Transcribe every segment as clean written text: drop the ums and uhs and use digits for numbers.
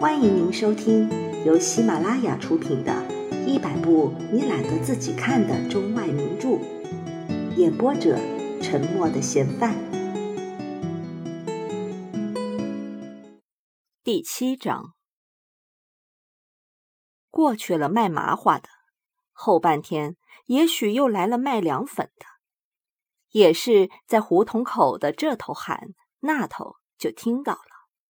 欢迎您收听由喜马拉雅出品的100部你懒得自己看的中外名著，演播者沉默的嫌犯。 第7章。过去了卖麻花的，后半天也许又来了卖凉粉的，也是在胡同口的这头喊，那头就听到了。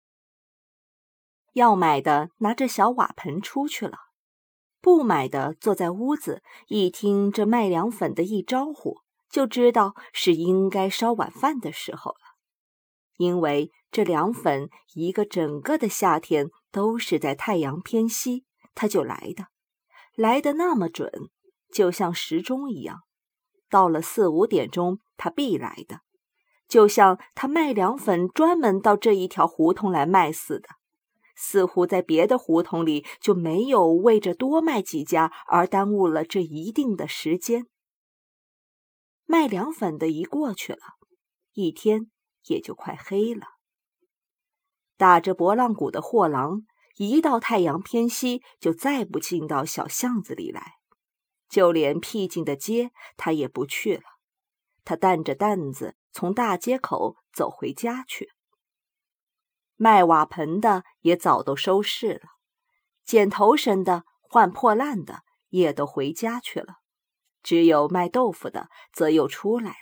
要买的拿着小瓦盆出去了，不买的坐在屋子，一听这卖凉粉的一招呼，就知道是应该烧晚饭的时候了。因为这凉粉一个整个的夏天都是在太阳偏西，它就来的那么准，就像时钟一样，到了4、5点钟它必来的，就像他卖凉粉专门到这一条胡同来卖似的，似乎在别的胡同里就没有为着多卖几家而耽误了这一定的时间。卖凉粉的一过去了，一天也就快黑了。打着拨浪鼓的货郎一到太阳偏西就再不进到小巷子里来，就连僻静的街他也不去了，他担着担子从大街口走回家去。卖瓦盆的也早都收拾了，剪头绳的换破烂的也都回家去了，只有卖豆腐的则又出来了。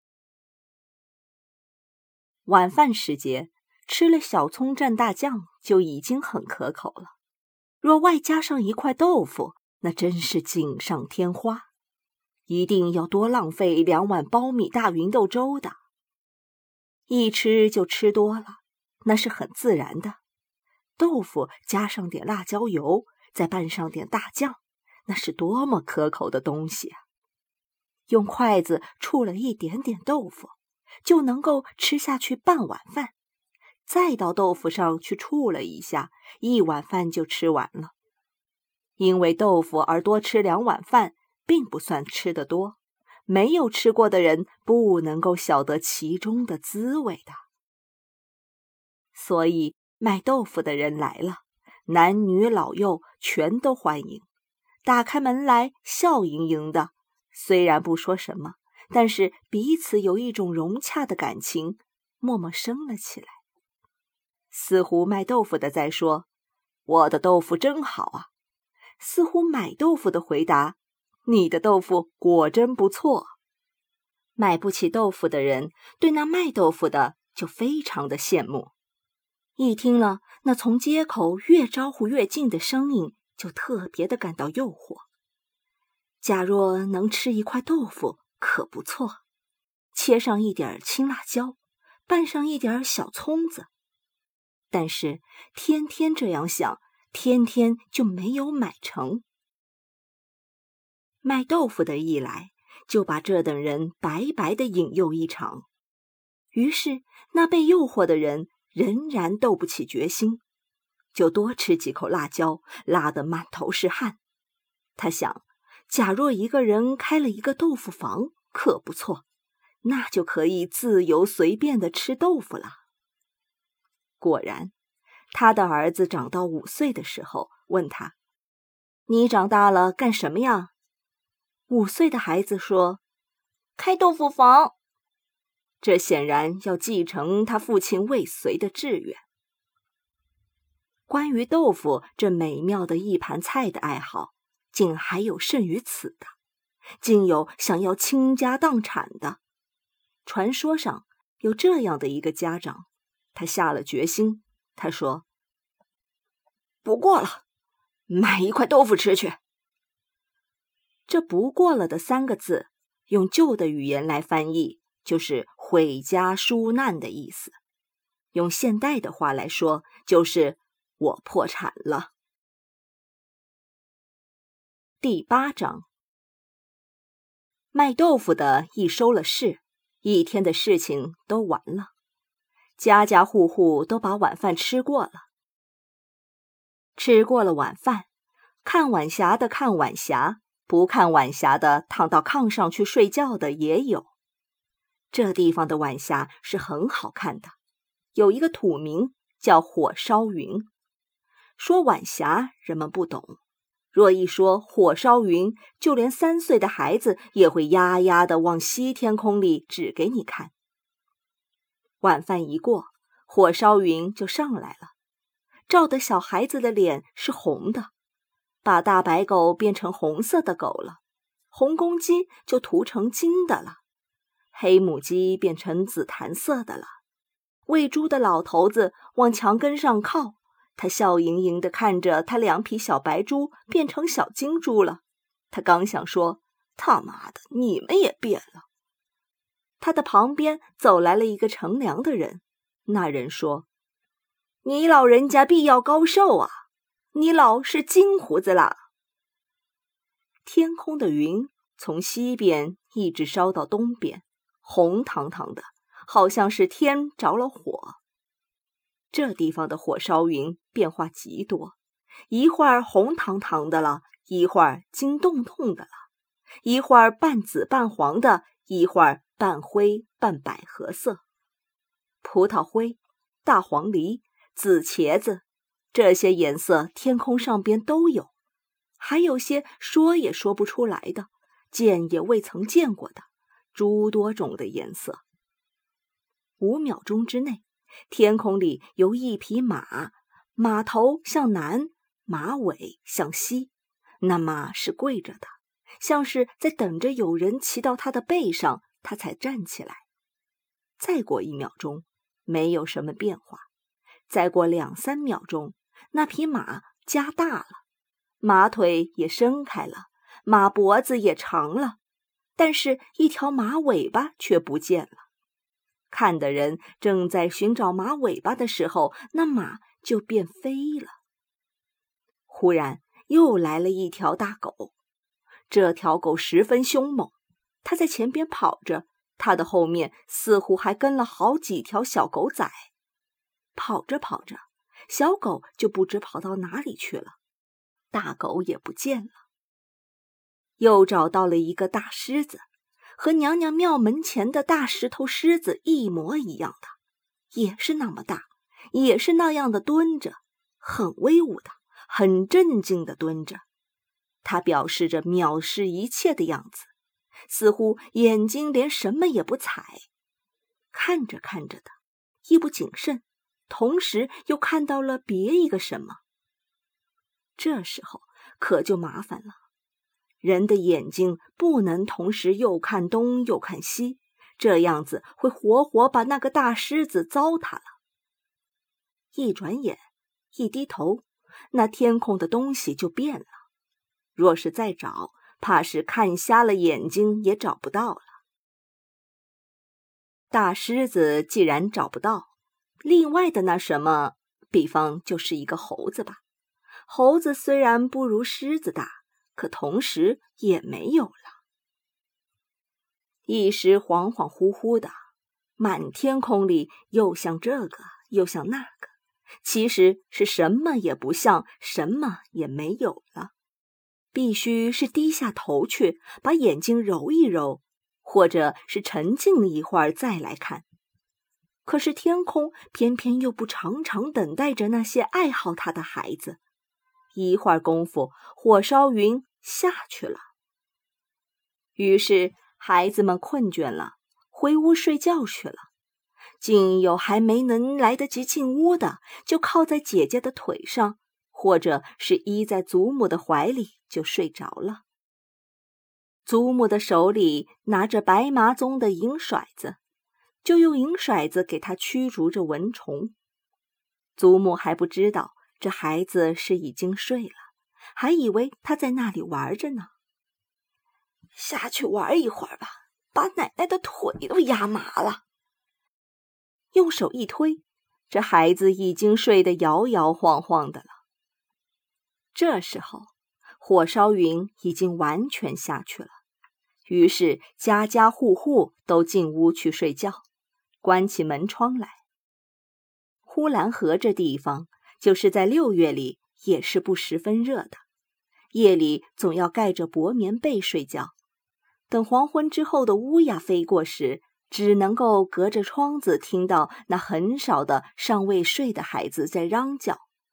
晚饭时节，吃了小葱蘸大酱就已经很可口了，若外加上一块豆腐，那真是锦上添花，一定要多浪费2碗苞米大芸豆粥的。一吃就吃多了，那是很自然的。豆腐加上点辣椒油，再拌上点大酱，那是多么可口的东西啊！用筷子触了一点点豆腐，就能够吃下去半碗饭，再到豆腐上去触了一下，1碗饭就吃完了。因为豆腐而多吃2碗饭，并不算吃得多，没有吃过的人不能够晓得其中的滋味的。所以卖豆腐的人来了，男女老幼全都欢迎，打开门来笑盈盈的，虽然不说什么，但是彼此有一种融洽的感情，默默生了起来。似乎卖豆腐的在说，我的豆腐真好啊，似乎买豆腐的回答，你的豆腐果真不错。买不起豆腐的人对那卖豆腐的就非常的羡慕，一听了那从街口越招呼越近的声音，就特别的感到诱惑。假若能吃一块豆腐可不错，切上一点青辣椒，拌上一点小葱子。但是天天这样想，天天就没有买成。卖豆腐的一来，就把这等人白白的引诱一场。于是那被诱惑的人仍然斗不起决心，就多吃几口辣椒，辣得满头是汗。他想，假若一个人开了一个豆腐房可不错，那就可以自由随便的吃豆腐了。果然，他的儿子长到5岁的时候，问他，你长大了干什么呀？5岁的孩子说，开豆腐房。这显然要继承他父亲未遂的志愿。关于豆腐这美妙的一盘菜的爱好，竟还有甚于此的，竟有想要倾家荡产的。传说上有这样的一个家长，他下了决心，他说，不过了，买一块豆腐吃去。这不过了的3个字，用旧的语言来翻译，就是毁家纾难的意思。用现代的话来说，就是我破产了。第8章。卖豆腐的一收了市，一天的事情都完了，家家户户都把晚饭吃过了。吃过了晚饭，看晚霞的看晚霞，不看晚霞的躺到炕上去睡觉的也有。这地方的晚霞是很好看的，有一个土名叫火烧云。 说晚霞，人们不懂；若一说火烧云，就连3岁的孩子也会呀呀地往西天空里指给你看。晚饭一过，火烧云就上来了，照得小孩子的脸是红的，把大白狗变成红色的狗了，红公鸡就涂成金的了，黑母鸡变成紫檀色的了。喂猪的老头子往墙根上靠，他笑盈盈地看着他2匹小白猪变成小金猪了。他刚想说，他妈的，你们也变了。他的旁边走来了一个乘凉的人，那人说，你老人家必要高寿啊，你老是金胡子啦。天空的云从西边一直烧到东边，红堂堂的，好像是天着了火。这地方的火烧云变化极多，一会儿红堂堂的了，一会儿金洞洞的了，一会儿半紫半黄的，一会儿半灰半百合色。葡萄灰、大黄梨、紫茄子，这些颜色天空上边都有，还有些说也说不出来的，见也未曾见过的，诸多种的颜色。5秒钟之内，天空里有一匹马，马头向南，马尾向西，那马是跪着的，像是在等着有人骑到它的背上，它才站起来。再过1秒钟，没有什么变化。再过2、3秒钟，那匹马加大了，马腿也伸开了，马脖子也长了，但是一条马尾巴却不见了。看的人正在寻找马尾巴的时候，那马就变飞了。忽然又来了一条大狗，这条狗十分凶猛，它在前边跑着，它的后面似乎还跟了好几条小狗仔。跑着跑着，小狗就不知跑到哪里去了，大狗也不见了。又找到了一个大狮子，和娘娘庙门前的大石头狮子一模一样的，也是那么大，也是那样的蹲着，很威武的，很镇静的蹲着。它表示着藐视一切的样子，似乎眼睛连什么也不睬。看着看着的，一不谨慎，同时又看到了别一个什么。这时候可就麻烦了，人的眼睛不能同时又看东又看西，这样子会活活把那个大狮子糟蹋了。一转眼，一低头，那天空的东西就变了。若是再找，怕是看瞎了眼睛也找不到了。大狮子既然找不到，另外的那什么，比方就是一个猴子吧。猴子虽然不如狮子大，可同时也没有了。一时恍恍惚惚的，满天空里又像这个又像那个，其实是什么也不像，什么也没有了。必须是低下头去，把眼睛揉一揉，或者是沉静一会儿再来看。可是天空偏偏又不常常等待着那些爱好它的孩子，一会儿功夫，火烧云下去了。于是孩子们困倦了，回屋睡觉去了。竟有还没能来得及进屋的，就靠在姐姐的腿上，或者是依在祖母的怀里就睡着了。祖母的手里拿着白麻棕的银骰子，就用银骰子给他驱逐着蚊虫。祖母还不知道这孩子是已经睡了，还以为他在那里玩着呢。下去玩一会儿吧，把奶奶的腿都压麻了。用手一推，这孩子已经睡得摇摇晃晃的了。这时候，火烧云已经完全下去了，于是家家户户都进屋去睡觉，关起门窗来。呼兰河这地方，就是在6月里也是不十分热的，夜里总要盖着薄棉被睡觉。等黄昏之后的乌鸦飞过时，只能够隔着窗子听到那很少的尚未睡的孩子在嚷叫。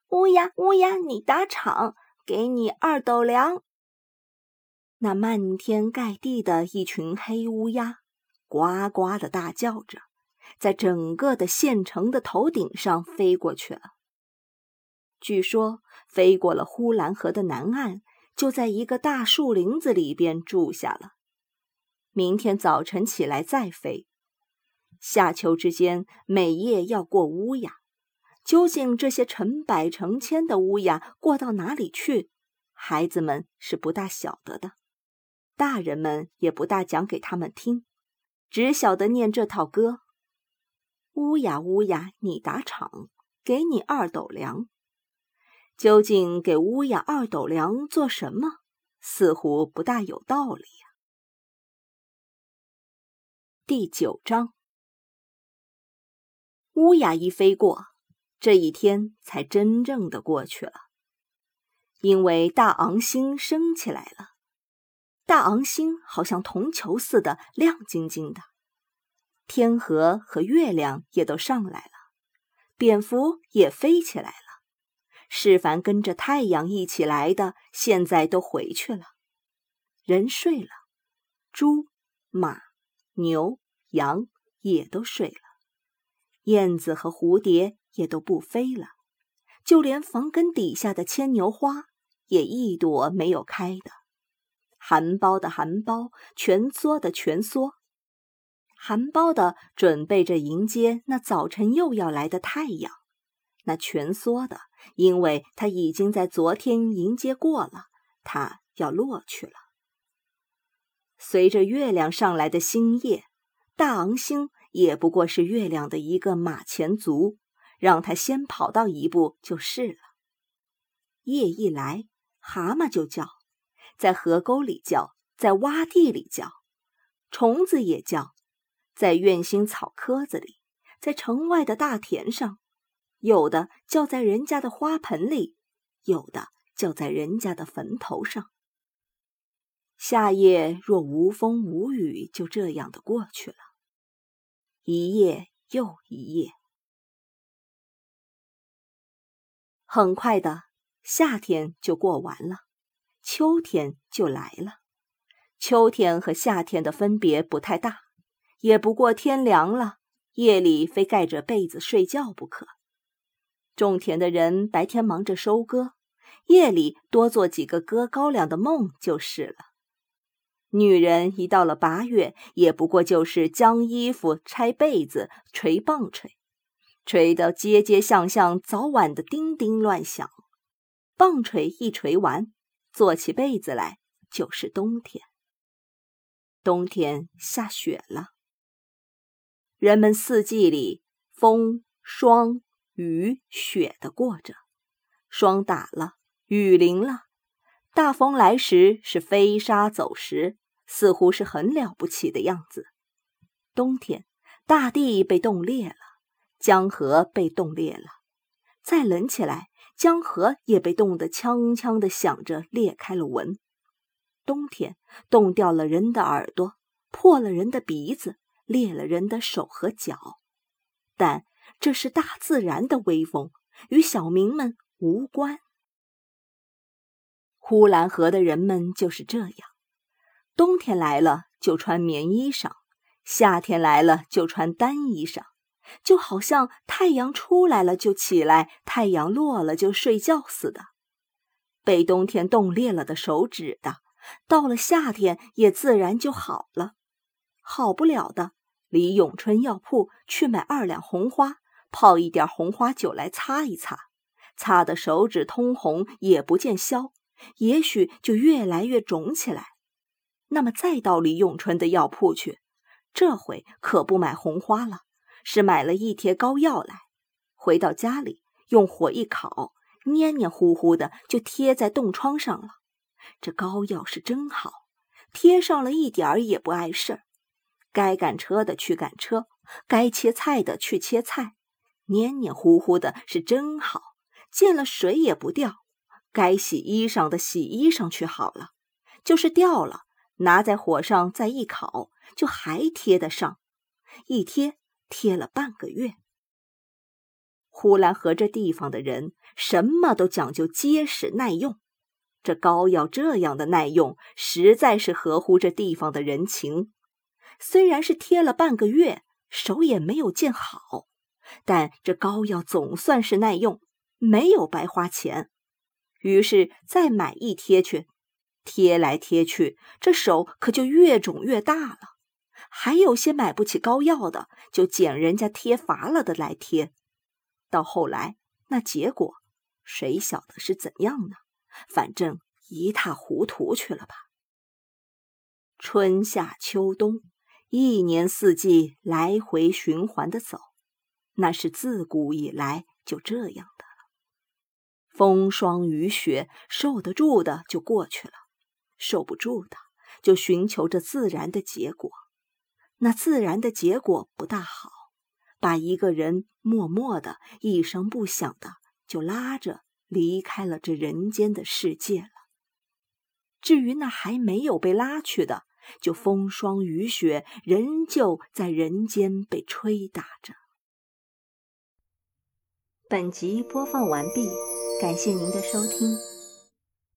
乌鸦，乌鸦，你打场，给你2斗粮。那漫天盖地的一群黑乌鸦，呱呱地大叫着，在整个的县城的头顶上飞过去了。据说飞过了呼兰河的南岸，就在一个大树林子里边住下了。明天早晨起来再飞。夏秋之间，每夜要过乌鸦。究竟这些成百成千的乌鸦过到哪里去，孩子们是不大晓得的，大人们也不大讲给他们听，只晓得念这套歌：乌鸦乌鸦你打场，给你2斗粮。究竟给乌鸦2斗粮做什么？似乎不大有道理呀。第9章，乌鸦一飞过，这一天才真正的过去了。因为大昂星升起来了，大昂星好像铜球似的亮晶晶的，天河和月亮也都上来了，蝙蝠也飞起来了。是凡跟着太阳一起来的，现在都回去了。人睡了，猪、马、牛、羊也都睡了，燕子和蝴蝶也都不飞了，就连房根底下的牵牛花也一朵没有开的。含苞的含苞，蜷缩的蜷缩。含苞的准备着迎接那早晨又要来的太阳，那蜷缩的，因为它已经在昨天迎接过了，它要落去了。随着月亮上来的新夜，大昂星也不过是月亮的一个马前卒，让它先跑到一步就是了。夜一来，蛤蟆就叫，在河沟里叫，在洼地里叫，虫子也叫，在院心草棵子里，在城外的大田上，有的叫在人家的花盆里，有的叫在人家的坟头上。夏夜若无风无雨，就这样的过去了，一夜又一夜。很快的，夏天就过完了，秋天就来了。秋天和夏天的分别不太大，也不过天凉了，夜里非盖着被子睡觉不可。种田的人白天忙着收割，夜里多做几个割高粱的梦就是了。女人一到了8月，也不过就是将衣服、拆被子、捶棒槌，捶得街街巷巷早晚的叮叮乱响。棒槌一捶完，做起被子来就是冬天。冬天下雪了。人们4季里风、霜、雨、雪的过着，霜打了，雨淋了，大风来时是飞沙走石，似乎是很了不起的样子。冬天，大地被冻裂了，江河被冻裂了，再冷起来，江河也被冻得锵锵地响着裂开了纹。冬天，冻掉了人的耳朵，破了人的鼻子，裂了人的手和脚。但这是大自然的威风，与小民们无关。呼兰河的人们就是这样，冬天来了就穿棉衣裳，夏天来了就穿单衣裳，就好像太阳出来了就起来，太阳落了就睡觉似的。被冬天冻裂了的手指的，到了夏天也自然就好了。好不了的，离永春药铺去买2两红花，泡一点红花酒来擦一擦，擦得手指通红也不见消，也许就越来越肿起来。那么再到离永春的药铺去，这回可不买红花了，是买了一贴膏药来，回到家里用火一烤，黏黏糊糊的就贴在冻疮上了。这膏药是真好，贴上了一点儿也不碍事儿。该赶车的去赶车，该切菜的去切菜，黏黏糊糊的是真好，见了水也不掉。该洗衣裳的洗衣裳去好了，就是掉了，拿在火上再一烤，就还贴得上，一贴贴了半个月。 呼兰河这地方的人什么都讲究结实耐用，这膏药这样的耐用，实在是合乎这地方的人情。虽然是贴了半个月，手也没有见好，但这膏药总算是耐用，没有白花钱。于是再买一贴去，贴来贴去，这手可就越肿越大了。还有些买不起膏药的，就捡人家贴乏了的来贴。到后来，那结果谁晓得是怎样呢？反正一塌糊涂去了吧。春夏秋冬，一年四季来回循环的走，那是自古以来就这样的了。风霜雨雪，受得住的就过去了，受不住的就寻求着自然的结果。那自然的结果不大好，把一个人默默的一声不响的就拉着离开了这人间的世界了。至于那还没有被拉去的，就风霜雨雪，仍旧在人间被吹打着。 本集播放完毕，感谢您的收听。